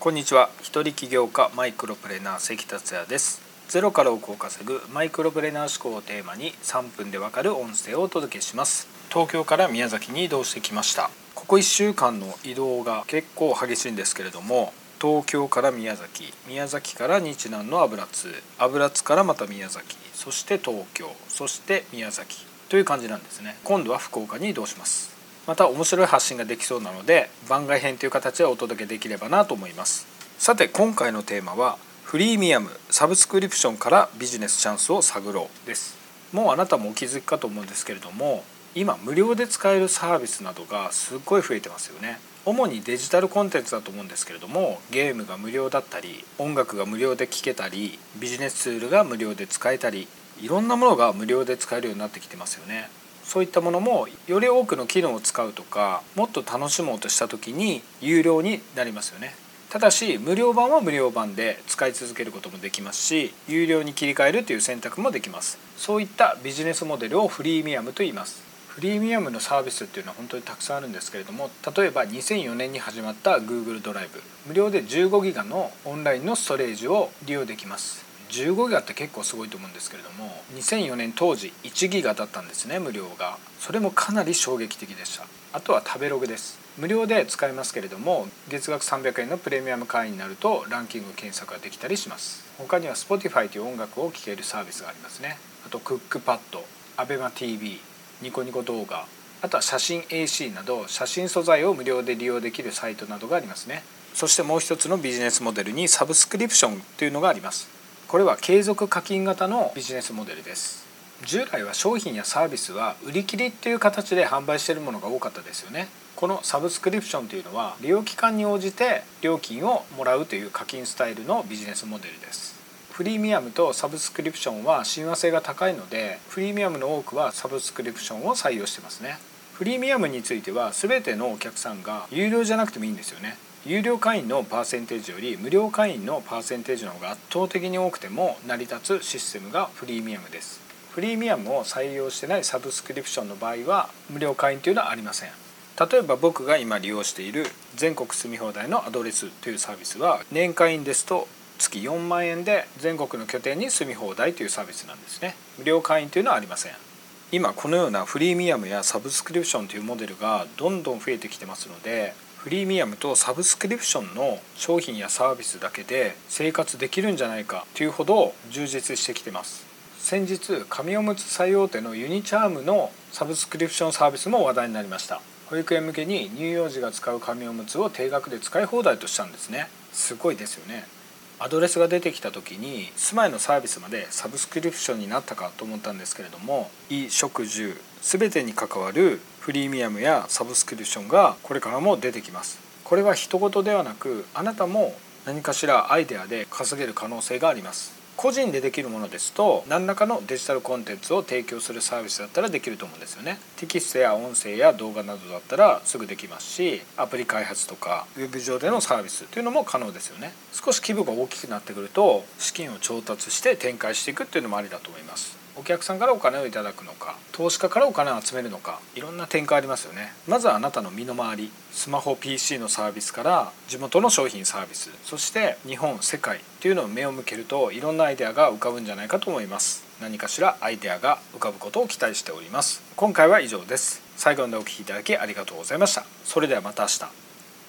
こんにちは。一人起業家マイクロプレーナー関達也です。ゼロから億を稼ぐマイクロプレーナー思考をテーマに3分でわかる音声をお届けします。東京から宮崎に移動してきました。ここ1週間の移動が結構激しいんですけれども、東京から宮崎、宮崎から日南の油津、油津からまた宮崎、そして東京、そして宮崎という感じなんですね。今度は福岡に移動します。また面白い発信ができそうなので番外編という形でお届けできればなと思います。さて今回のテーマはフリーミアムサブスクリプションからビジネスチャンスを探ろうです。もうあなたもお気づきかと思うんですけれども、今無料で使えるサービスなどがすっごい増えてますよね。主にデジタルコンテンツだと思うんですけれども、ゲームが無料だったり、音楽が無料で聴けたり、ビジネスツールが無料で使えたり、いろんなものが無料で使えるようになってきてますよね。そういったものもより多くの機能を使うとか、もっと楽しもうとした時に有料になりますよね。ただし無料版は無料版で使い続けることもできますし、有料に切り替えるという選択もできます。そういったビジネスモデルをフリーミアムと言います。フリーミアムのサービスっていうのは本当にたくさんあるんですけれども、例えば2004年に始まった Google ドライブ、無料で15ギガのオンラインのストレージを利用できます。15ギガって結構すごいと思うんですけれども、2004年当時1ギガだったんですね、無料が。それもかなり衝撃的でした。あとは食べログです。無料で使えますけれども、月額300円のプレミアム会員になるとランキング検索ができたりします。他には Spotify という音楽を聴けるサービスがありますね。あとクックパッド、ABEMATV、ニコニコ動画、あとは写真 AC など写真素材を無料で利用できるサイトなどがありますね。そしてもう一つのビジネスモデルにサブスクリプションというのがあります。これは継続課金型のビジネスモデルです。従来は商品やサービスは売り切りっていう形で販売しているものが多かったですよね。このサブスクリプションというのは利用期間に応じて料金をもらうという課金スタイルのビジネスモデルです。フリーミアムとサブスクリプションは親和性が高いので、フリーミアムの多くはサブスクリプションを採用してますね。フリーミアムについては全てのお客さんが有料じゃなくてもいいんですよね。有料会員のパーセンテージより無料会員のパーセンテージの方が圧倒的に多くても成り立つシステムがフリーミアムです。フリーミアムを採用してないサブスクリプションの場合は無料会員というのはありません。例えば僕が今利用している全国住み放題のアドレスというサービスは、年会員ですと月4万円で全国の拠点に住み放題というサービスなんですね。無料会員というのはありません。今このようなフリーミアムやサブスクリプションというモデルがどんどん増えてきてますので、フリーミアムとサブスクリプションの商品やサービスだけで生活できるんじゃないかというほど充実してきてます。先日紙おむつ最大手のユニチャームのサブスクリプションサービスも話題になりました。保育園向けに乳幼児が使う紙おむつを定額で使い放題としたんですね。すごいですよね。アドレスが出てきた時に住まいのサービスまでサブスクリプションになったかと思ったんですけれども、衣食住全てに関わるフリーミアムやサブスクリプションがこれからも出てきます。これは人事ではなく、あなたも何かしらアイデアで稼げる可能性があります。個人でできるものですと何らかのデジタルコンテンツを提供するサービスだったらできると思うんですよね。テキストや音声や動画などだったらすぐできますし、アプリ開発とかウェブ上でのサービスというのも可能ですよね。少し規模が大きくなってくると資金を調達して展開していくっていうのもありだと思います。お客さんからお金をいただくのか、投資家からお金を集めるのか、いろんな展開ありますよね。まずはあなたの身の回り、スマホ PC のサービスから地元の商品サービス、そして日本世界っていうのを目を向けるといろんなアイデアが浮かぶんじゃないかと思います。何かしらアイデアが浮かぶことを期待しております。今回は以上です。最後までお聞きいただきありがとうございました。それではまた明日。